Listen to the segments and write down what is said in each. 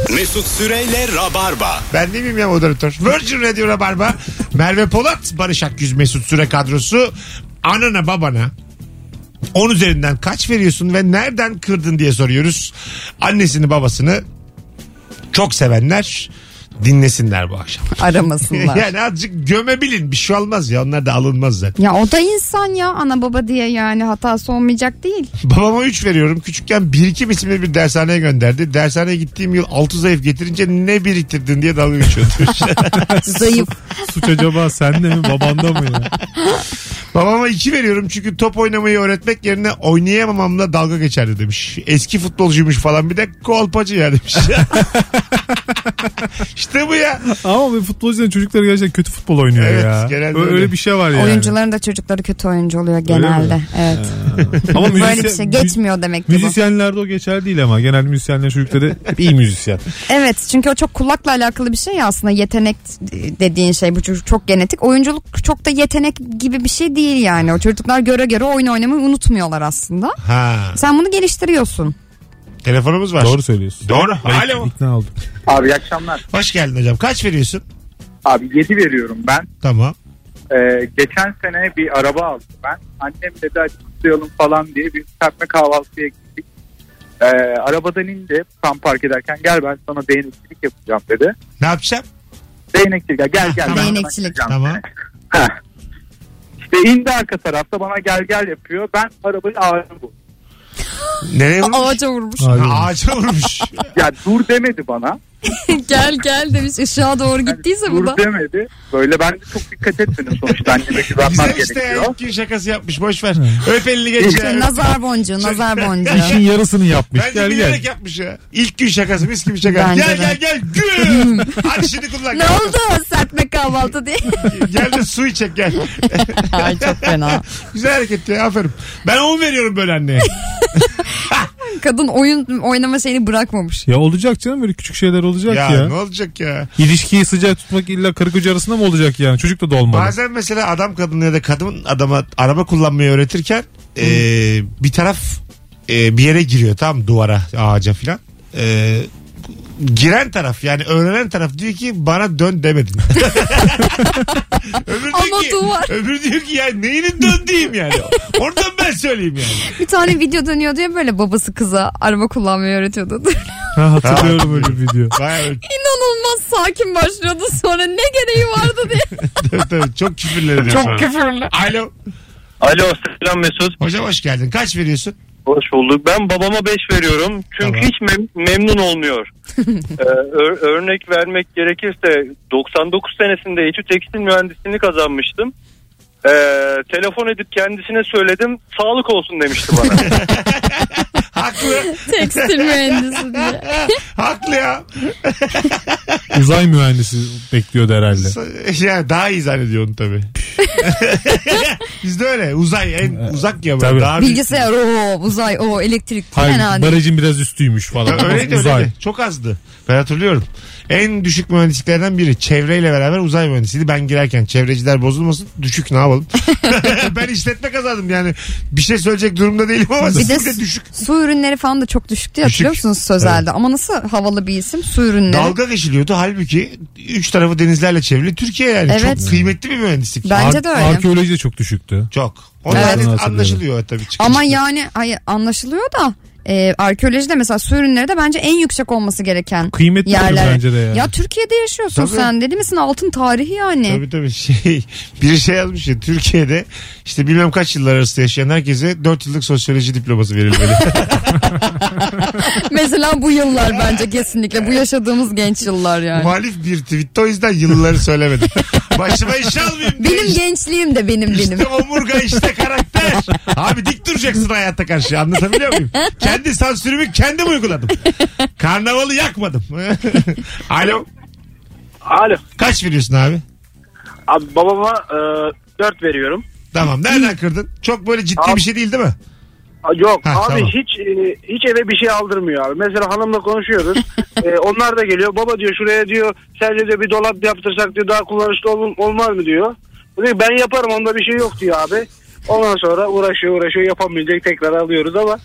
Mesut Süreyle Rabarba. Ben değil miyim ya moderatör? Virgin Radio Rabarba. Merve Polat, Barış Akgüz, Mesut Süre kadrosu. Anana babana 10 üzerinden kaç veriyorsun ve nereden kırdın diye soruyoruz. Annesini babasını çok sevenler dinlesinler bu akşam. Aramasınlar. Yani azıcık gömebilin, bir şey olmaz ya, onlar da alınmaz zaten. Ya o da insan ya, ana baba diye, yani hatası olmayacak değil. Babama 3 veriyorum. Küçükken Birikim isimli bir dershaneye gönderdi. Dershaneye gittiğim yıl 6 zayıf getirince ne biriktirdin diye dalga geçiyordu. Zayıf. Suç acaba sende mi babanda mı ya? Babama 2 veriyorum çünkü top oynamayı öğretmek yerine oynayamamamla dalga geçerdi demiş. Eski futbolcuymuş falan, bir de kolpacı ya demiş. İşte bu ya. Ama bir futbolcuların çocukları gerçekten kötü futbol oynuyor Evet, ya. genelde Öyle öyle. bir şey var yani. Oyuncuların da çocukları kötü oyuncu oluyor genelde. Evet. Ama Böyle bir şey geçmiyor demek ki bu. müzisyenlerde o geçer değil ama genel müzisyenlerin çocukları hep iyi müzisyen. Evet, çünkü o çok kulakla alakalı bir şey ya aslında, yetenek dediğin şey bu, çok genetik. Oyunculuk çok da yetenek gibi bir şey değil yani. O çocuklar göre göre oyun oynamayı unutmuyorlar aslında. Ha. Sen bunu geliştiriyorsun. Telefonumuz var. Doğru söylüyorsun. Doğru. Ben Alo. İkna oldum. Abi iyi akşamlar. Hoş geldin hocam. Kaç veriyorsun? Abi 7 veriyorum ben. Tamam. Geçen sene bir araba aldım ben. Annem dedi hadi kutlayalım falan diye bir serpme kahvaltıya gittik. Arabadan indi tam park ederken, gel ben sana değnekçilik yapacağım dedi. Ne yapacağım? Değnekçilik gel ben Değnekçilik. sana Tamam. Heh. İşte indi arka tarafta bana gel yapıyor. Ben arabayı ağaca vurdum. Nereye vurmuş? Ağaca vurmuş. Hadi. Ha, ağaca vurmuş. Ya dur demedi bana. gel demiş, ışığa doğru gittiyse bu Dur da. demedi. Böyle ben de çok dikkat etmedim sonuçta. Anneme güvenmem Güzel işte ya, gerekiyor. ilk gün şakası yapmış, boş ver. Öp elini geç İşte ya. nazar boncuğu, nazar boncuğu. İşin yarısını yapmış. Bence Gel bilerek gel. yapmış ya. İlk gün şakası, mis gibi şaka. Bence Gel de. gül. Hadi şimdi kullan. Ne oldu serpme kahvaltı diye. Gel de su içecek gel. Ay çok fena. Güzel hareket ya, aferin. Ben 10 veriyorum böyle anneye. Kadın oyun oynama şeyini bırakmamış. Ya olacak canım, böyle küçük şeyler olacak Ya ya. ne olacak ya? İlişkiyi sıcak tutmak illa karı koca arasında mı olacak yani? Çocuk da olmalı. Bazen mesela adam kadın ya da kadın adama araba kullanmayı öğretirken bir taraf bir yere giriyor, tamam, duvara, ağaca filan. Giren taraf, yani öğrenen taraf diyor ki bana dön demedin. öbür diyor Ama ki, duvar. öbür diyor ki ya neyinin dön diyeyim yani. Oradan ben söyleyeyim yani. Bir tane video dönüyor diye, böyle babası kıza araba kullanmayı öğretiyordu. Ha, hatırlıyorum öyle bir video. Bayağı İnanılmaz sakin başlıyordu, sonra ne gereği vardı diye. tabii, çok küfürler ediyor sonra. Çok küfürlü. Alo. Alo, selam Mesut. Hocam hoş geldin. Kaç veriyorsun? Hoş bulduk. Ben babama 5 veriyorum. Çünkü Tamam. hiç memnun olmuyor. Örnek vermek gerekirse 99 senesinde İTÜ Tekstil Mühendisliğini kazanmıştım. Telefon edip kendisine söyledim. Sağlık olsun demişti bana. Haklı. Tekstil mühendisi diye. Haklı ya. Uzay mühendisi bekliyordu herhalde. Ya daha iyi zannediyor onu tabii. Bizde öyle. Uzay en uzak ya. Tabii. Daha Bilgisayar o, uzay o, elektrik Hayır, fena değil. barajın biraz üstüymüş falan. öyleydi Uzay. öyleydi. Çok azdı. Ben hatırlıyorum. En düşük mühendisliklerden biri. Çevreyle beraber uzay mühendisiydi. Ben girerken çevreciler bozulmasın. Düşük, ne yapalım? Ben işletme kazandım yani. Bir şey söyleyecek durumda değilim ama Bir sizin de de düşük. su ürünleri falan da çok düşüktü, hatırlıyor Düşük. musunuz Sözel'de? Ama nasıl havalı bir isim, su ürünleri. Dalga geçiliyordu. Halbuki 3 tarafı denizlerle çevrili Türkiye yani. Evet. Çok kıymetli bir mühendislik. Bence de öyle. Arkeoloji de çok düşüktü. Çok. Onlar Evet. da anlaşılıyor tabii. Çıkınca. Ama yani anlaşılıyor da arkeolojide mesela su ürünleri de bence en yüksek olması gereken Kıymetli yerler. bence de yani. Ya Türkiye'de yaşıyorsun Tabii. sen, dedi misin, altın tarihi yani. Tabii biri şey yazmış ya, Türkiye'de işte bilmem kaç yıllar arası yaşayan herkese 4 yıllık sosyoloji diploması verilmeli. Mesela bu yıllar bence kesinlikle bu yaşadığımız genç yıllar yani. Muhalif bir tweette, o yüzden yılları söylemedim. Başıma iş almayayım diye. Benim gençliğim de benim. İşte omurga, işte karakter. Abi dik duracaksın hayata karşı, anlatabiliyor muyum? Kendi sansürümü kendim uyguladım. Karnavalı yakmadım. Alo. Alo. Kaç veriyorsun abi? Abi babama 4 veriyorum. Tamam, nereden kırdın? Çok böyle ciddi bir şey değil mi? Yok Ha, abi, tamam. hiç eve bir şey aldırmıyor abi. Mesela hanımla konuşuyoruz. Onlar da geliyor. Baba diyor, şuraya diyor sence de bir dolap yaptırsak diyor, daha kullanışlı olmaz mı diyor. Diyor, ben yaparım, onda bir şey yok diyor abi. Ondan sonra uğraşıyor yapamayacak, tekrar alıyoruz ama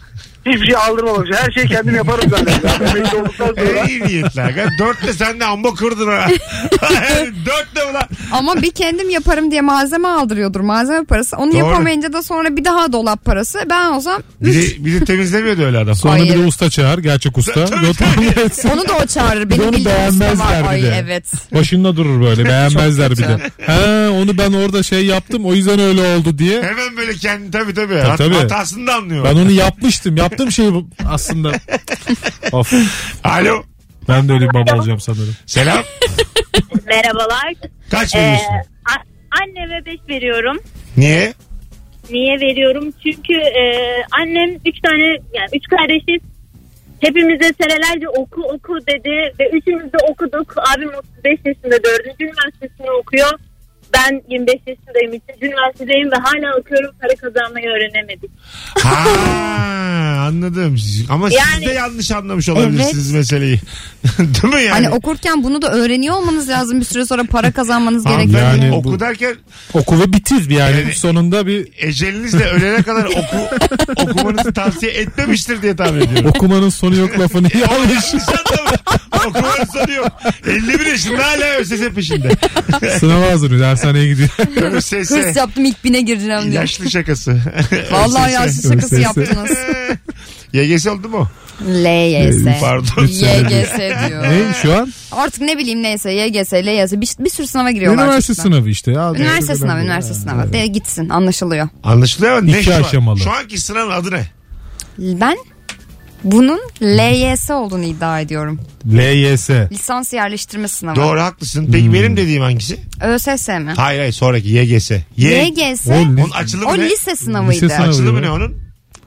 Hiçbir şey aldırmamak için. Her şeyi kendim yaparım zaten. Emekli olduktan sonra. İyi niyetli aga. 4'te sen de amba kırdın ha. 4'te ulan. Ama bir kendim yaparım diye malzeme aldırıyordur. Malzeme parası. Onu Doğru. yapamayınca da sonra bir daha dolap parası. Ben o zaman Bir de temizlemiyordu öyle adam. Sonra Hayır. bir de usta çağır. Gerçek usta. onu da o çağırır. Benim Onu bildiğim usta beğenmezler var. bir Ay de. evet. Başında durur böyle. Beğenmezler bir de. Ha, onu ben orada şey yaptım. O yüzden öyle oldu diye. Hemen böyle kendi tabii. Tabii. Hatasını da anlıyor. Ben onu yapmıştım. Yaptığım şey bu aslında. Of. Alo. Ben de öyle bir baba olacağım sanırım. Selam. Merhabalar. Kaç veriyorsun? Anneme 5 veriyorum. Niye? Niye veriyorum? Çünkü annem 3 tane yani 3 kardeşiz. Hepimize senelerce oku dedi ve üçümüz de okuduk. Abim 35 yaşında 4. üniversitesini okuyor. Ben 25 yaşındayım, 3. üniversitedeyim ve hala okuyorum, para kazanmayı öğrenemedik. Ha, anladım. Ama siz Yani- de yanlış anlamış olabilirsiniz Evet. meseleyi. Değil mi yani? Hani okurken bunu da öğreniyor olmanız lazım. Bir süre sonra para kazanmanız Hanımefendi, gerekiyor. Yani oku bu- derken Oku ve bitir yani. Yani- Sonunda bir ecelinizle ölene kadar okumanızı tavsiye etmemiştir diye tahmin ediyorum. okumanın sonu yok lafını yanlış. Okumanın sonu yok. 51 yaşında hala ÖSS peşinde. Sınava hazırlıyor. Dershaneye gidiyor. Hırs ÖSS. yaptım ilk 1000'e gireceğim diye. Yaşlı şakası. Vallahi ÖSS. yaşlı şakası ÖSS. yaptınız. YGS oldu mu? LYS. Pardon. YGS diyor. Ne şu an? Artık ne bileyim neyse YGS, LYS bir sürü sınava giriyorlar. Üniversite çocuklar. sınavı işte. Ya, Üniversite sınavı. De gitsin anlaşılıyor. Anlaşılıyor ama ne İki şu an? aşamalı. Şu anki sınavın adı ne? Ben bunun LYS olduğunu iddia ediyorum. LYS. Lisans yerleştirme sınavı. Doğru haklısın. Peki benim dediğim hangisi? ÖSS mi? Hayır sonraki YGS. YGS Onun açılımı o ne? lise sınavıydı. Lise sınavı. Açılımı ne onun?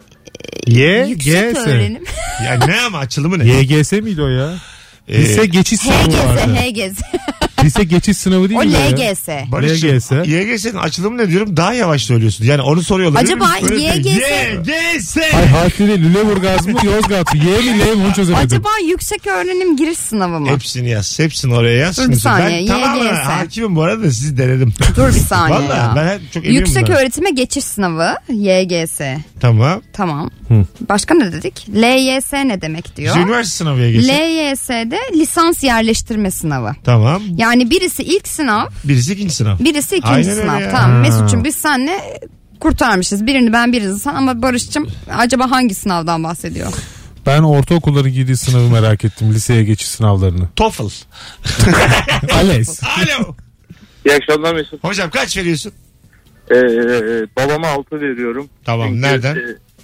Yüksek YGS. öğrenim. Ya ne ama açılımı ne? YGS miydi o ya? Lise geçiş sınavı vardı. HGS. Lise geçiş sınavı değil O mi? ya? LGS. Barış'cığım, YGS. YGS'nin açılımı ne diyorum? Daha yavaş söylüyorsun. Yani onu soruyorlar. Acaba Öyle mi? YGS YGS. Ay harfleri Lüleburgaz mı Yozgat mı? Y mi L mi onu çözemedim. Acaba yüksek öğrenim giriş sınavı mı? Hepsini yaz. Hepsini oraya yaz. Dur Şimdi bir saniye, Ben tamamen YGS. hakimim bu arada da sizi denedim. Dur bir saniye Vallahi ya. ben çok eminim Yüksek bundan. öğretime geçiş sınavı YGS. Tamam. Tamam. Başka ne dedik? LYS ne demek diyor? İşte üniversite sınavı YGS. LYS'de lisans yerleştirme sınavı. Tamam. Yani birisi ilk sınav, Birisi ikinci sınav. birisi ikinci Aynen öyle sınav. ya. Tamam Ha. Mesut'cum biz seninle kurtarmışız. Birini ben birini sen ama Barış'cığım acaba hangi sınavdan bahsediyor? Ben ortaokulların girdiği sınavı merak ettim. Liseye geçiş sınavlarını. TOEFL. ALES. Alo. İyi akşamlar Mesut. Hocam kaç veriyorsun? Babama 6 veriyorum. Tamam, Çünkü, nereden?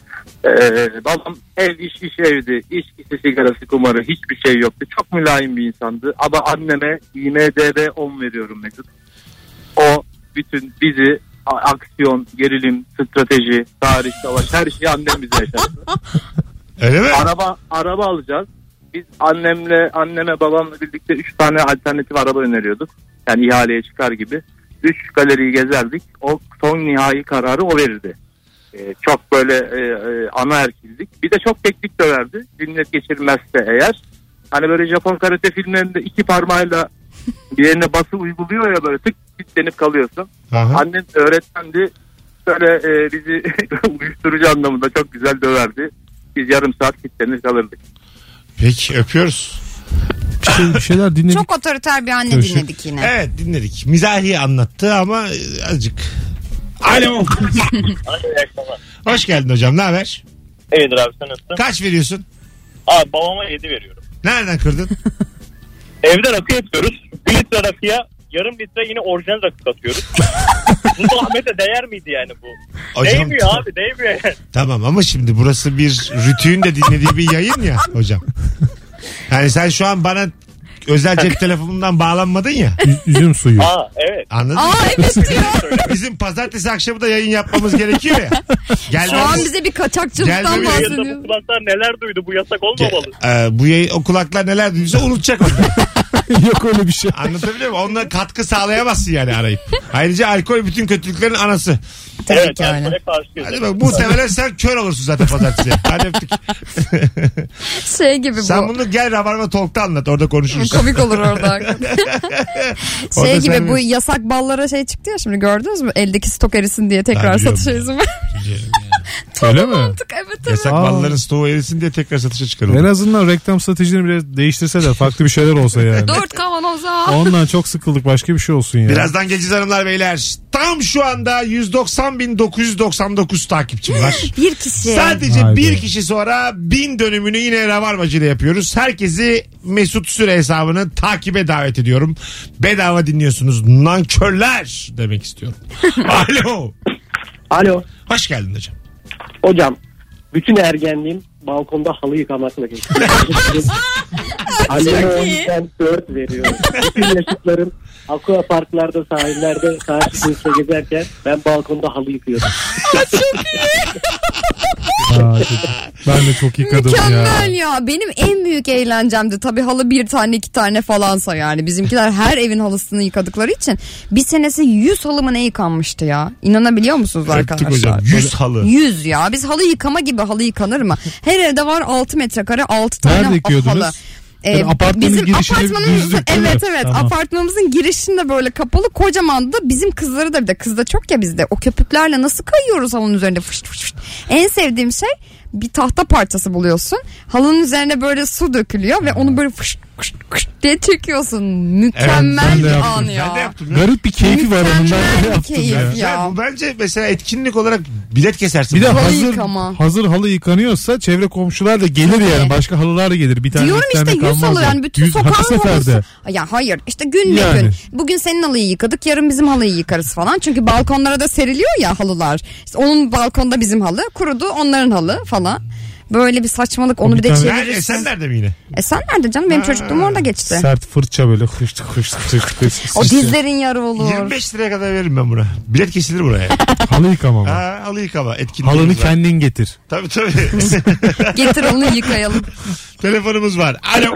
Babam ev iş evdi. İçkisi sigarası kumarı hiçbir şey yoktu. Çok mülayim bir insandı. Ama anneme IMDB 10 veriyorum Mesut. O bütün bizi aksiyon, gerilim, strateji, tarih, savaş her şeyi annem bize yaşattı. Öyle mi? Araba alacağız. Biz anneme babamla birlikte 3 tane alternatif araba öneriyorduk. Yani ihaleye çıkar gibi. 3 galeriyi gezerdik. O son nihai kararı o verirdi. Çok böyle ana erkillik. Bir de çok teknik döverdi. Cinnet geçirmezse eğer. Hani böyle Japon karate filmlerinde 2 parmağıyla bir yerine bası uyguluyor ya böyle tık kilitlenip kalıyorsun. Aha. Annem öğretmendi. Böyle bizi uyuşturucu anlamında çok güzel döverdi. Biz yarım saat kilitlenir kalırdık. Peki öpüyoruz. Bir şeyler dinledik. Çok otoriter bir anne Görüşürüz. dinledik yine. Evet dinledik. Mizahi anlattı ama azıcık. Alo. Hoş geldin hocam. Ne haber? İyidir abi, sen nasılsın? Kaç veriyorsun? Abi babama 7 veriyorum. Nereden kırdın? Evde rakı yapıyoruz. 1 litre rakıya yarım litre yine orijinal rakı katıyoruz. Bu zahmete değer miydi yani bu? Hocam, Değmiyor abi, değmiyor yani. Tamam ama şimdi burası bir Rütü'nün de dinlediği bir yayın ya hocam. Yani sen şu an bana özel cep telefonundan bağlanmadın ya. Üzüm suyu. Aa evet. Anladın mı? Aa evet diyor. Bizim pazartesi akşamı da yayın yapmamız gerekiyor ya. Şu an bize bir kaçakçılıktan Gelmemiz- Yayında bahsediyor. bu kulaklar neler duydu, bu yasak olmamalı. Bu yayın, o kulaklar neler duyuyorsa unutacak onu. Yok öyle bir şey. Anlatabiliyor muyum? Onunla katkı sağlayamazsın yani arayıp. Ayrıca alkol bütün kötülüklerin anası. Tabii Evet, ki öyle. alkole karşıyız. Hadi bak muhtemelen sen kör olursun zaten pazartesi. Hadi öptük. Şey gibi bu. Sen bunu gel Rabarba Talk'ta anlat, orada konuşuruz. Komik olur orada. Orada Şey gibi sen- bu yasak ballara şey çıktı ya şimdi gördünüz mü? Eldeki stok erisin diye tekrar Ben biliyorum satışa ya. izin ver. Öyle mi? Mantık, evet. Yasak Aa. malların stoğu erisin diye tekrar satışa En çıkarıldı. azından reklam stratejini biraz değiştirse de farklı bir şeyler olsa yani. 4 kavanoza. Ondan çok sıkıldık, başka bir şey olsun ya. Birazdan geleceğiz hanımlar beyler. Tam şu anda 190.999 takipçim var. Bir kişi. Sadece Haydi. bir kişi sonra 1000 dönümünü yine Rabarbacı ile yapıyoruz. Herkesi Mesut Süre hesabını takibe davet ediyorum. Bedava dinliyorsunuz. Nankörler demek istiyorum. Alo. Alo. Hoş geldin hocam. Hocam bütün ergenliğim balkonda halı yıkamakla geçti. Anneme o yüzden 4 veriyorum. Bütün yaşıtlarım aqua parklarda, sahillerde karşı cinsle gezerken ben balkonda halı yıkıyordum. Ben de çok yıkadım Mükemmel ya. ya. Benim en büyük eğlencemdi. Tabii halı 1 tane 2 tane falansa yani. Bizimkiler her evin halısını yıkadıkları için bir senesi 100 halı mı ne yıkanmıştı ya. İnanabiliyor musunuz Öptük arkadaşlar? hocam. 100 halı. 100 ya. Biz halı yıkama gibi halı yıkanır mı? Her evde var 6 metrekare 6 tane Nerede yıkıyordunuz? halı. Yani apartmanın bizim girişini apartmanımızın düzdük, değil mi? evet Tamam. apartmanımızın girişinde böyle kapalı kocaman da bizim kızları da bir de kız da çok ya bizde o köpüklerle nasıl kayıyoruz halının üzerinde fışt fışt fışt. En sevdiğim şey bir tahta parçası buluyorsun halının üzerine böyle su dökülüyor ve onu böyle fışt fışt fışt diye çekiyorsun. Mükemmel ben de bir yaptım. an Ben de ya. yaptım ya. Garip bir keyfi var onun, ben de Mükemmel bir yaptım keyif ya. ya. Bu bence mesela etkinlik olarak bilet kesersin. Bir de Halı hazır yıkama. hazır halı yıkanıyorsa çevre komşular da gelir yani. Başka halılar da gelir. Bir tane Diyorum bir tane işte 100 kalmaz halı yani bütün Hakkı sokağın seferde. halısı. Ya hayır işte gün Yani. gün. Bugün senin halıyı yıkadık yarın bizim halıyı yıkarız falan. Çünkü balkonlara da seriliyor ya halılar. İşte onun balkonda bizim halı kurudu onların halı falan. Böyle bir saçmalık onu bir de bir tane- Nerede? çevirirsin. Esenler'de mi yine? Sen nerede canım benim çocukluğum orada geçti. Sert fırça böyle hışt hışt hışt hışt. O dizlerin yarı olur. 25 liraya kadar veririm ben buna. Bilet kesilir buraya. Halı yıkama mı? Ha, halı yıkama. Etkinliğimiz Halını var. kendin getir. Tabii tabii. Getir onu yıkayalım. Telefonumuz var. Alo.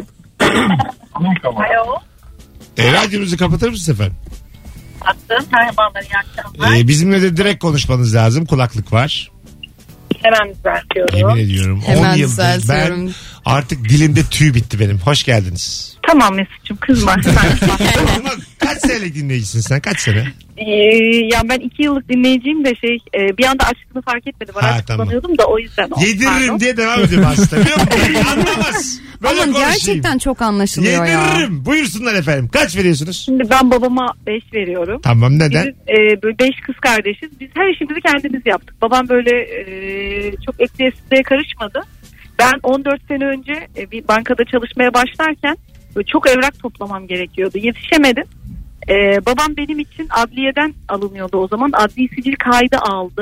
Alo. Radyonuzu kapatır mısınız efendim? Attım. Merhabalar. İyi akşamlar. Bizimle de direkt konuşmanız lazım. Kulaklık var. Hemen düzeltiyorum. Yemin ediyorum. Hemen 10 yıldır ben düzeltiyorum. artık dilimde tüy bitti benim. Hoş geldiniz. Tamam Mesut'cum kızma. Ama kaç senelik dinleyicisin sen? Kaç sene? Ya ben 2 yıllık dinleyiciyim de bir anda aşkını fark etmedim. Ha, Araç tamam. kullanıyordum da o yüzden. Yediririm Pardon. diye devam ediyorum aslında. Biliyor musun? Anlamaz. Böyle Ama konuşayım. gerçekten çok anlaşılıyor ya. Yediririm. Buyursunlar efendim. Kaç veriyorsunuz? Şimdi ben babama 5 veriyorum. Tamam neden? Biz böyle 5 kız kardeşiz. Biz her işimizi kendimiz yaptık. Babam böyle çok etliye karışmadı. Ben 14 sene önce bir bankada çalışmaya başlarken böyle çok evrak toplamam gerekiyordu. Yetişemedim. Babam benim için adliyeden alınıyordu o zaman. Adli sicil kaydı aldı.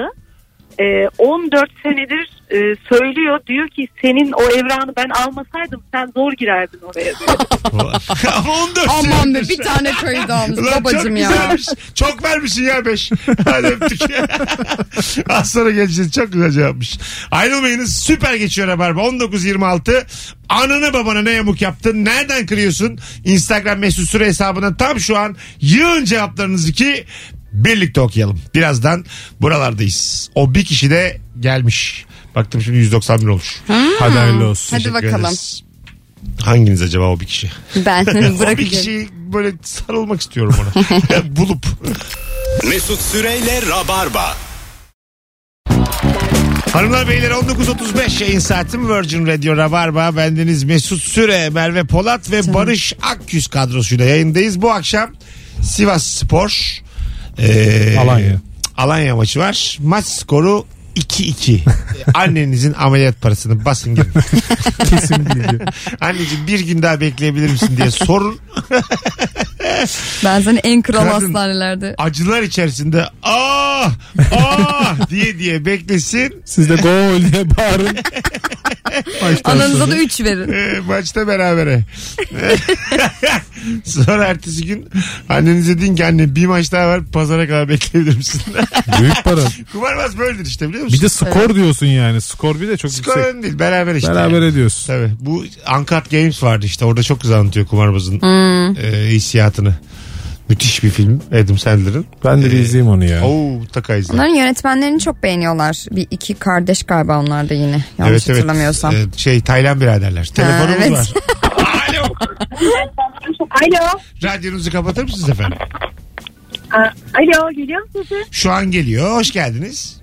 14 senedir söylüyor. Diyor ki senin o evrağını ben almasaydım sen zor girerdin oraya diyor. Ama 14 Aman be senedir. bir tane köyde almış Ulan babacım çok ya. güzelmiş. Çok vermişsin ya 5. Hadi öptük. Az sonra geleceğiz. Çok güzel cevapmış. Ayrılmayınız. Süper geçiyor Rabarba. 19.26. Anana babana ne yamuk yaptın? Nereden kırıyorsun? Instagram mesut süre hesabına tam şu an yığın cevaplarınızı ki birlikte okuyalım. Birazdan buralardayız. O bir kişi de gelmiş. Baktım şimdi 191 olmuş. Hadi hayırlı olsun. Hadi Teşekkür bakalım. ederiz. Hanginiz acaba o bir kişi? Ben O bir bırakacağım. kişiyi böyle sarılmak istiyorum ona. Bulup. Mesut Süreyle Rabarba. Hanımlar beyler 19.35 yayın saatim Virgin Radio Rabarba. Bendeniz Mesut Süre, Merve Polat ve Barış Akyüz kadrosuyla yayındayız. Bu akşam Sivas Spor Alanya maçı var. Maç skoru 2-2. Annenizin ameliyat parasını basın gidin. Kesin bilgi. Anneciğim bir gün daha bekleyebilir misin diye sorun. Ben seni en kral Kadın- hastanelerde. Acılar içerisinde diye beklesin. Siz de gol diye bağırın. Maçtan Ananıza sonra. da 3 verin. Maçta berabere. Sonra ertesi gün annenize deyin ki anne bir maç daha var pazara kadar bekleyebilir misin? Büyük para. Kumarbaz böyledir işte biliyor musun? Bir de skor diyorsun yani. Skor bir de çok skor yüksek. önemli değil beraber işte. Beraber ediyorsun. Tabii. Bu Uncut Games vardı işte orada çok güzel anlatıyor kumarbazın hissiyatını. Müthiş bir film Adam Sandler'ın. Ben de bir izleyeyim onu ya. Mutlaka izle. Onların yönetmenlerini çok beğeniyorlar. Bir iki kardeş galiba onlar da yine. Yanlış hatırlamıyorsam. Taylan biraderler. Telefonumuz evet. var. Alo. Alo. Radyonuzu kapatır mısınız efendim? Alo geliyor musun? Şu an geliyor. Hoş geldiniz.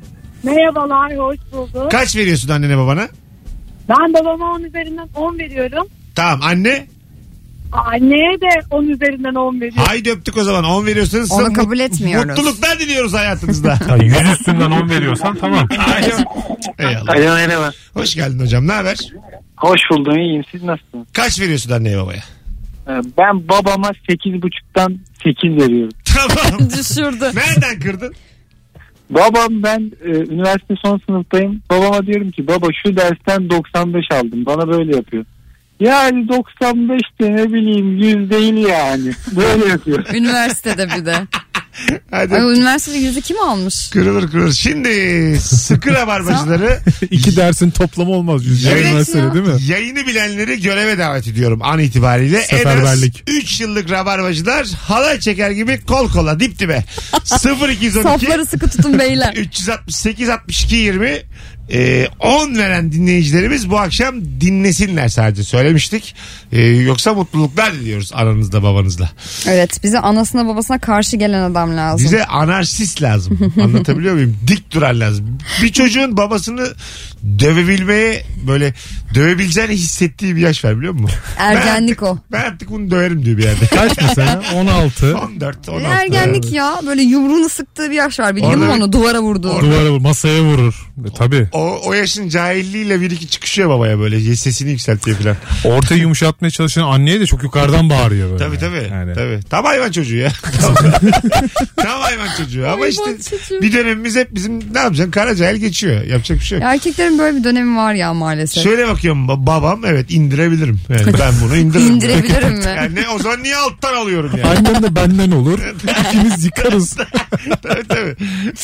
Merhabalar, hoş bulduk. Kaç veriyorsun annene babana? Ben babama 10 üzerinden 10 veriyorum. Tamam, anne? Anneye de 10 üzerinden 10 veriyorum. Haydi öptük o zaman. 10 veriyorsanız Onu kabul etmiyoruz. mutluluklar diliyoruz hayatınızda. 100 üstünden 10 veriyorsan tamam. Eyvallah. Alo merhaba. Hoş geldin hocam. Ne haber? Hoş buldum, iyiyim. Siz nasılsınız? Kaç veriyorsun anneye babaya? Ben babama 8,5'tan 8 veriyorum. Tamam. Düşürdü. Nereden kırdın? Babam ben üniversite son sınıftayım. Babama diyorum ki baba şu dersten 95 aldım. Bana böyle yapıyor. Yani 95 de ne bileyim 100 değil yani. Böyle yapıyor. Üniversitede bir de. Hadi. Ay, üniversitede yüzü kim almış? Kırılır. Şimdi sıkı rabarbacıları 2 dersin toplamı olmaz. Evet Üniversitede ya. değil mi? yayını bilenleri göreve davet ediyorum an itibariyle. En az Seferberlik. 3 yıllık rabarbacılar halay çeker gibi kol kola dip dibe. 0212 Safları sıkı tutun beyler. 368 62 20 10 veren dinleyicilerimiz bu akşam dinlesinler sadece söylemiştik. Yoksa mutluluklar diliyoruz aranızda babanızla. Evet, bize anasına babasına karşı gelen adam lazım. Bize anarşist lazım. Anlatabiliyor muyum? Dik duran lazım. Bir çocuğun babasını dövebilmeye böyle dövebileceğini hissettiği bir yaş var biliyor musun? Ergenlik o. Ben artık bunu döverim diyor bir yerde. Kaç mesela? 16. 14, 16. Ergenlik ya, böyle yumruğunu sıktığı bir yaş var. Bildin mi Orada- onu? Duvara vurdu. Duvara vur, masaya vurur. Tabii. O yaşın cahilliğiyle bir iki çıkışıyor babaya böyle sesini yükseltiyor falan. Ortayı yumuşatmaya çalışan anneye de çok yukarıdan bağırıyor böyle. Tabii. Yani. Tabii. Tam hayvan çocuğu ya. Tam hayvan çocuğu. Ama işte çocuğu. bir dönemimiz hep bizim ne yapacaksın? Kara cahil geçiyor. Yapacak bir şey yok. Erkeklerin böyle bir dönemi var ya maalesef. Şöyle bakıyorum babam evet indirebilirim. Yani ben bunu indiririm. İndirebilirim mi? Yani o zaman niye alttan alıyorum yani? Annem de benden olur. İkimiz yıkarız. tabii.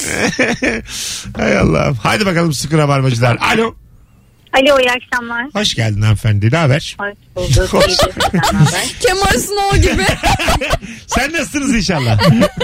Hay Allah'ım. Haydi bakalım sıkı rabarbacılar. Alo. Alo, iyi akşamlar. Hoş geldin hanımefendi. Ne haber? Hoş bulduk. Hoş. Kemal Sunal gibi. Sen nasılsınız inşallah?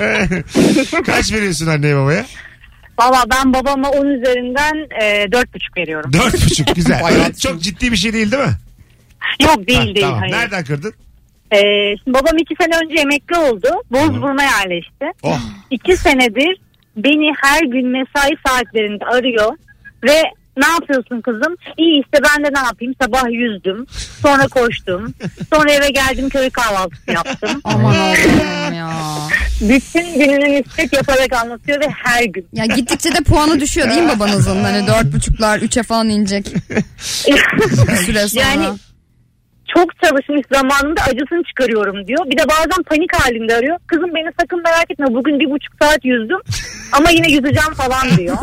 Kaç veriyorsun anneye babaya? Valla ben babama 10 üzerinden 4,5 veriyorum. 4,5 güzel. Evet, çok ciddi bir şey değil mi? Yok değil Ha, değil. tamam. Hayır. Nereden kırdın? Şimdi babam 2 sene önce emekli oldu. Bozburun'a yerleşti. Oh. 2 senedir beni her gün mesai saatlerinde arıyor ve ne yapıyorsun kızım? İyi işte ben de ne yapayım? Sabah yüzdüm. Sonra koştum. Sonra eve geldim köy kahvaltısı yaptım. Aman Allah'ım ya. Bütün gününü nispet yaparak anlatıyor ve her gün. Ya gittikçe de puanı düşüyor değil mi babanızın? Hani 4,5'lar 3'e falan inecek bir süre sonra. Yani çok çalışmış zamanında acısını çıkarıyorum diyor. Bir de bazen panik halinde arıyor. Kızım beni sakın merak etme bugün 1,5 saat yüzdüm ama yine yüzeceğim falan diyor.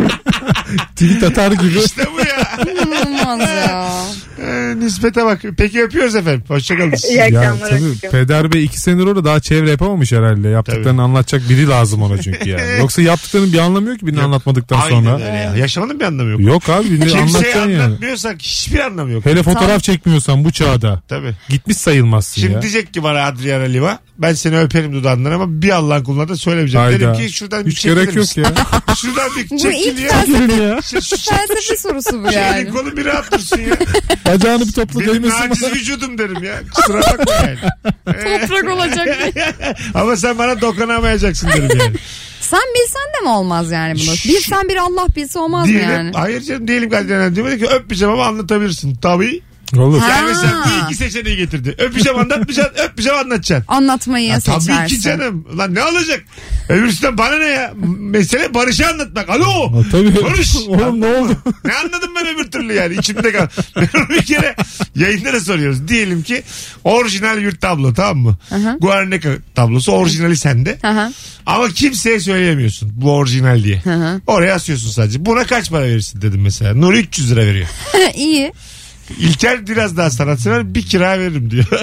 Tweet atar gibi. İşte bu ya. İnanılmaz ya. Nispete bak. Peki öpüyoruz efendim. Hoşçakalın. İyi Ya akşamlar. tabii öpüyorum. Peder Bey 2 senedir orada daha çevre yapamamış herhalde. Yaptıklarını anlatacak biri lazım ona çünkü yani. Yoksa yaptıklarının bir anlamı yok ki birini anlatmadıktan Aynen sonra. öyle ya. Yaşamanın bir anlamı yok. Yok abi birini Kimseye anlatacaksın yani. anlatmıyorsak hiçbir anlamı yok. Hele fotoğraf çekmiyorsan bu çağda Tabii. gitmiş sayılmazsın Şimdi ya. diyecek ki bana Adriana Lima ben seni öperim dudağından ama bir Allah'ın kuluna da söylemeyeceğim. Hayda. Dedim ki şuradan bir Hiç gerek çekilir yok misin? ya. Şuradan bir Bu çekil ilk ya. Gelin ya. Felsefe sorusu bu yani. Şeyin kolu bir rahat dursun ya. Bacağını bir topla Benim değmesin naciz bana. vücudum derim ya. Kusura bakma yani. Toprak olacak. Ama sen bana dokunamayacaksın derim yani. Sen bilsen de mi olmaz yani bunu? Bilsen bir Allah bilse olmaz mı Diyelim, yani? hayır canım diyelim ki Adriana diyor ki öpmeyeceğim ama anlatabilirsin. Tabii. Olur. Ha. Yani mesela bir iki seçeneği getirdi. Öpeceğim anlatmayacaksın, öpeceğim anlatacaksın. Anlatmayı Ya seçersin. tabii ki canım. Lan ne olacak? Öbürsünden bana ne ya? Mesele Barış'ı anlatmak. Alo. Ha, tabii. Barış. Oğlum ne oldu? Ne anladım ben öbür türlü yani içimde kal. Ben onu bir kere yayında da soruyoruz. Diyelim ki orijinal bir tablo tamam mı? Aha. Guernica tablosu orijinali sende. Aha. Ama kimseye söyleyemiyorsun bu orijinal diye. Aha. Oraya asıyorsun sadece. Buna kaç para verirsin dedim mesela. Nuri 300 lira veriyor. İyi. İlker biraz daha sanatsever bir kira veririm diyor.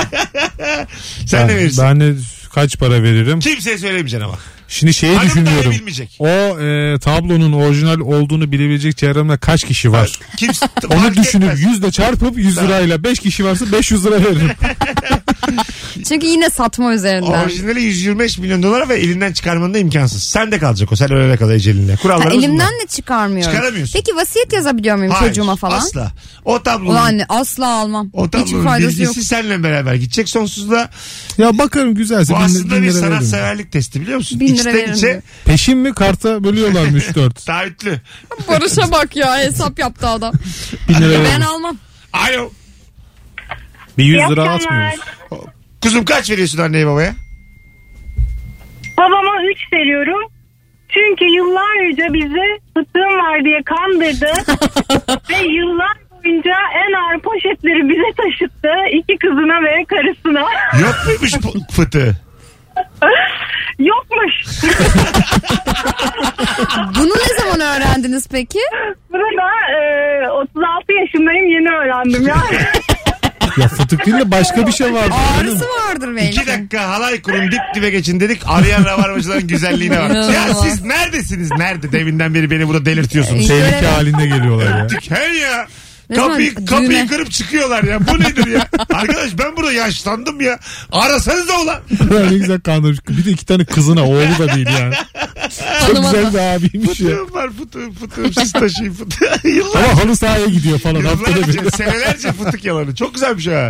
Sen ne verirsin? Ben de kaç para veririm? Kimseye söylemeyeceksin ama. Şimdi şeyi Hanım dahi düşünüyorum. bilmeyecek. O tablonun orijinal olduğunu bilebilecek çevremde kaç kişi var? Kimse Onu fark düşünüp etmez. 100'le çarpıp 100 lirayla 5 kişi varsa 500 lira veririm. Çünkü yine satma üzerinden. Orijinali 125 milyon dolara ve elinden çıkarmanın da imkansız. Sen de kalacak o. Sen ölene kadar ecelinle. Kurallarımız elimden bunlar. de çıkarmıyorum. Çıkaramıyorsun. Peki vasiyet yazabiliyor muyum Hayır, çocuğuma falan? asla. O tablonun, Ulan asla almam. o Hiçbir tablonun faydası yok. bilgisi seninle beraber gidecek sonsuzluğa. Ya bakarım güzelse. Bu aslında bir lira veririm. sanatseverlik testi biliyor musun? 1000 lira İçten veririm içe diyor. Peşin mi karta bölüyorlar mı 3-4? taahhütlü. Barış'a bak ya, hesap yaptı adam. 1000 lira Ben veririm. almam. Alo. Bir 100 lira atmıyoruz. Kuzum kaç veriyorsun anneye babaya? Babama 3 veriyorum. Çünkü yıllarca bizi fıtığım var diye kandırdı. Ve yıllar boyunca en ağır poşetleri bize taşıttı. 2 kızına ve karısına. Yok muymuş fıtığı? Yokmuş. Bunu ne zaman öğrendiniz peki? Bunu da 36 yaşındayım, yeni öğrendim ya. Ya fıtık değil de başka bir şey var. Ağrısı vardır belki. 2 dakika halay kurun dip dibe geçin dedik. Arayan rabarbacıların güzelliğine bak. Ya İnanılmaz. siz neredesiniz? Nerede? Deminden beri beni burada delirtiyorsunuz. Görev- Tehlike halinde geliyorlar ya. Hey ya. Ne zaman? Kapıyı Düğüne. kırıp çıkıyorlar ya. Bu nedir ya? Arkadaş ben burada yaşlandım ya. Arasanız da ulan. Ne güzel kandırmış. Bir de 2 tane kızına, oğlu da değil yani. Çok güzel bir abiymiş ya. Fıtığım var fıtığım. Siz taşıyın fıtığı. Yıllar. Ama halı sahaya gidiyor falan haftada bir. Yıllarca, senelerce fıtık yalanı. Çok güzelmiş ha.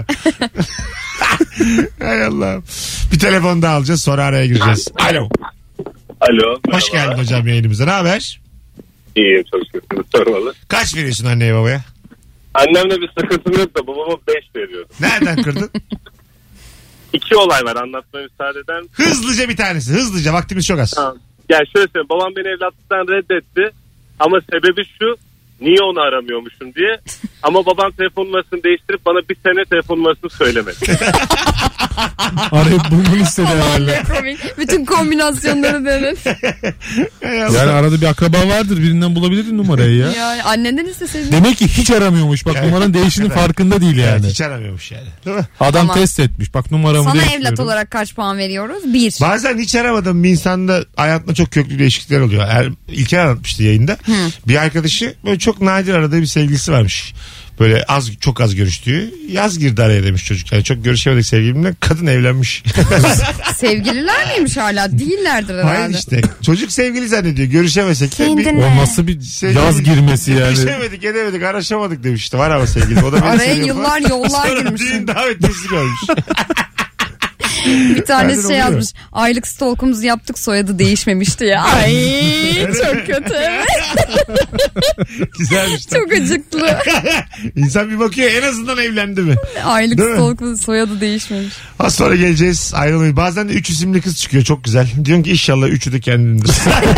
Hay Allah. Bir telefon daha alacağız, sonra araya gireceğiz. Alo. Alo. Hoş geldin hocam yayınımıza. Ne haber? İyiyim, çok şükür. Sormalı. Kaç veriyorsun anneye babaya? Annemle bir sıkıntım yok da babama 5 veriyorum. Nereden kırdın? 2 olay var, anlatmaya müsaade eder misin? Hızlıca bir tanesi. Hızlıca, vaktimiz çok az. Tamam. Yani şöyle söyleyeyim, babam beni evlatlıktan reddetti. Ama sebebi şu, niye onu aramıyormuşum diye. Ama babam telefon numarasını değiştirip bana bir sene telefon numarasını söylemedi. Arayıp bulmanı istedi herhalde. Komik. Bütün kombinasyonları denir. Yani arada bir akraba vardır, birinden bulabilirdin numarayı ya. Yani annenden isteseydin. Demek ki hiç aramıyormuş. Bak numaranın değişinin farkında değil Evet, yani. hiç aramıyormuş yani. Değil mi? Adam Ama- test etmiş. Bak numaramı Sana değiştiriyorum. evlat olarak kaç puan veriyoruz? 1. Bazen hiç aramadığım bir insanda hayatında çok köklü değişiklikler oluyor. İlker anlatmıştı yayında. Bir arkadaşı böyle çok nadir aradığı bir sevgilisi varmış. Böyle çok az görüştüğü. Yaz girdi araya demiş çocuk. Yani çok görüşemedik sevgilimle. Kadın evlenmiş. Sevgililer miymiş hala? Değillerdir herhalde. Hayır işte. Çocuk sevgili zannediyor. Görüşemesek de bir... Kendine. O nasıl bir Sevgili- yaz girmesi yani. Görüşemedik, edemedik, araşamadık demişti. Var ama sevgili. O da beni Araya seviyor falan. yıllar yollar Sonra girmişsin. düğün davetiyesi görmüş. Bir tanesi Bazen şey oluyor. yazmış. Aylık stalkumuzu yaptık, soyadı değişmemişti ya. Ay çok kötü. Güzelmiş. Çok acıklı. İnsan bir bakıyor en azından evlendi mi? Aylık Değil mi? stalkumuzun soyadı değişmemiş. Az sonra geleceğiz, ayrılmayın. Bazen de 3 isimli kız çıkıyor, çok güzel. Diyorsun ki inşallah 3'ü de kendindir.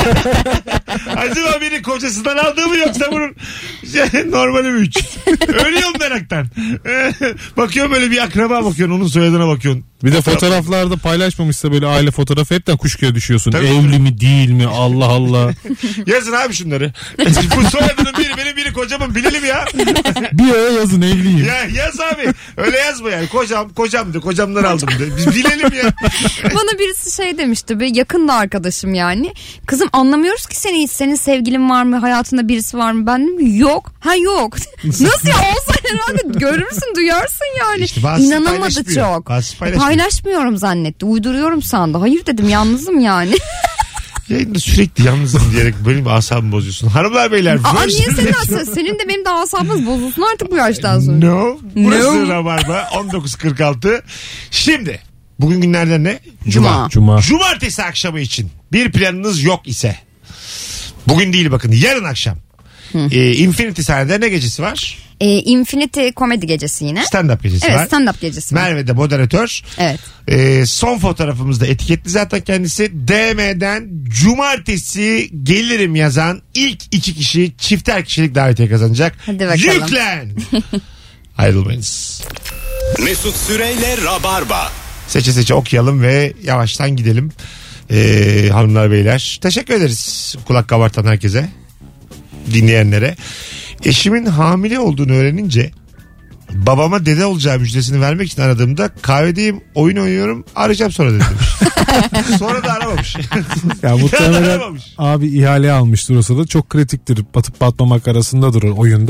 Acaba biri kocasından aldığı mı yoksa bunun normali mi 3? Ölüyorum meraktan. Bakıyorum böyle bir akraba bakıyorsun, onun soyadına bakıyorsun. Bir de fotoğraflarda paylaşmamışsa böyle aile fotoğrafı hepten kuşkuya düşüyorsun. Tabii. Evli mi değil mi, Allah Allah. Yazın abi şunları. Bu soyadının biri benim, biri kocamın, bilelim ya. Bir ara yazın evliyim. Ya yaz abi. Öyle yazma yani. Kocamdı. Kocamdan aldım de. Biz bilelim ya. Bana birisi şey demişti. Bir yakın da arkadaşım yani. Kızım anlamıyoruz ki seni hiç. Senin sevgilin var mı? Hayatında birisi var mı? Ben dedim yok. Ha yok. Nasıl ya? Olsa herhalde görürsün, duyarsın yani. İşte bazısı İnanamadı paylaşmıyor. çok. Bazısı paylaşmıyor. Paylaşmıyorum zannetti. Uyduruyorum sandı. Hayır dedim, yalnızım yani. Yayında sürekli yalnızım diyerek benim asabımı bozuyorsun. Hanımlar beyler. Aa, niye Virgin senin Radio- senin de benim de asabımız bozulsun artık bu yaştan sonra. No. Burası No. Rabarba 19.46. Şimdi bugün günlerden ne? Cuma. Cumartesi akşamı için bir planınız yok ise, bugün değil bakın, yarın akşam Infinity sahnede ne gecesi var? Infinity komedi gecesi yine. Stand-up gecesi Evet, var. stand-up gecesi var. Merve de moderatör. Evet. Son fotoğrafımızda etiketli zaten kendisi. DM'den cumartesi gelirim yazan ilk 2 kişi çifter kişilik davetiye kazanacak. Hadi bakalım. Yüklen. Ayrılmayınız. Mesut Süreyle Rabarba. Seçe seçe okuyalım ve yavaştan gidelim. Hanımlar beyler, teşekkür ederiz kulak kabartan herkese, dinleyenlere. Eşimin hamile olduğunu öğrenince babama dede olacağı müjdesini vermek için aradığımda kahvedeyim, oyun oynuyorum, arayacağım sonra dedim. Sonra da aramamış. Ya muhtemelen Aramamış. abi ihale almıştır o sırada. Çok kritiktir. Batıp batmamak arasındadır o oyunda.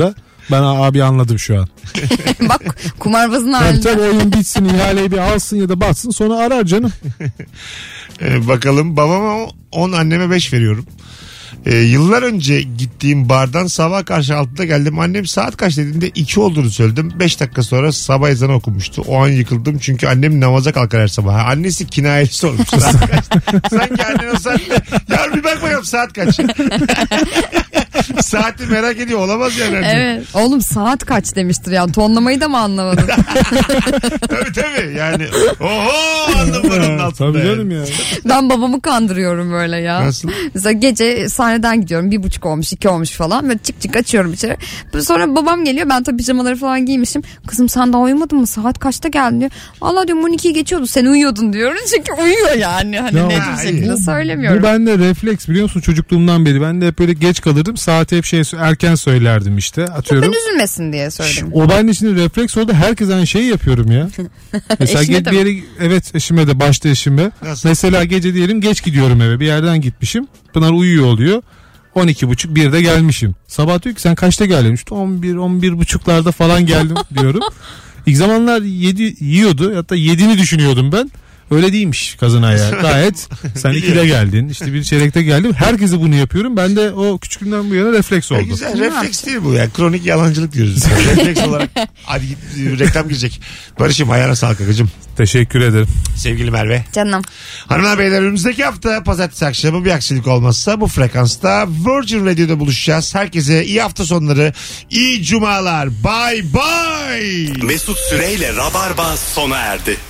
Ben abi anladım şu an. Bak kumarbazın Tabii halinde. tabii oyun bitsin, ihaleyi bir alsın ya da batsın, sonra arar canım. Bakalım, babama 10 anneme 5 veriyorum. Yıllar önce gittiğim bardan sabah karşı 6'da geldim. Annem saat kaç dediğinde 2 olduğunu söyledim. 5 dakika sonra sabah ezanı okumuştu. O an yıkıldım çünkü annem namaza kalkar her sabah. Annesi kinayeli sormuş. Saat kaç? Sanki annen o saatte ya bir bak bakalım saat kaç. Saati merak ediyor, olamaz yani. Evet. Oğlum saat kaç demiştir yani, tonlamayı da mı anlamadın? Tabii yani. Oho anladım onun altında. Tabii canım ya. Ben babamı kandırıyorum böyle ya. Nasıl? Mesela gece sahneden gidiyorum, 1:30 olmuş 2 olmuş falan, böyle çık açıyorum içeri. Sonra babam geliyor, ben tabii pijamaları falan giymişim. Kızım sen daha uyumadın mı, saat kaçta geldin diyor. Vallahi diyorum 12'yi geçiyordu, sen uyuyordun diyorum. Çünkü uyuyor yani, hani Ya, net bir şekilde söylemiyorum. Bu bende refleks, biliyor musun, çocukluğumdan beri. Ben de hep böyle geç kalırdım, saati hep erken söylerdim işte, atıyorum. Ben üzülmesin diye söyledim. O bende şimdi refleks oldu, herkes aynı şeyi yapıyorum ya. Mesela Eşine de bir yere, evet eşime de, başta eşime. Nasıl? Mesela gece diyelim geç gidiyorum eve, bir yerden gitmişim. Pınar uyuyor oluyor. 12.30 1'de gelmişim. Sabah diyor ki sen kaçta geldin? İşte 11-11.30'larda falan geldim diyorum. İlk zamanlar 7 yiyordu, hatta 7'ni düşünüyordum ben. Öyle değilmiş kazın ayağı. Gayet sen 2'de geldin, işte bir çeyrekte geldin. Herkese bunu yapıyorum. Ben de o küçüklüğümden bu yana refleks oldu. Güzel refleks değil bu yani, kronik yalancılık diyoruz. Refleks olarak. Hadi git, reklam girecek. Barış'ım ayağına sağlık akıcım. Teşekkür ederim. Sevgili Merve. Canım. Hanımlar beyler, önümüzdeki hafta pazartesi akşamı bir aksilik olmazsa bu frekansta Virgin Radio'da buluşacağız. Herkese iyi hafta sonları, iyi cumalar. Bye bye. Mesut Süreyle Rabarba sona erdi.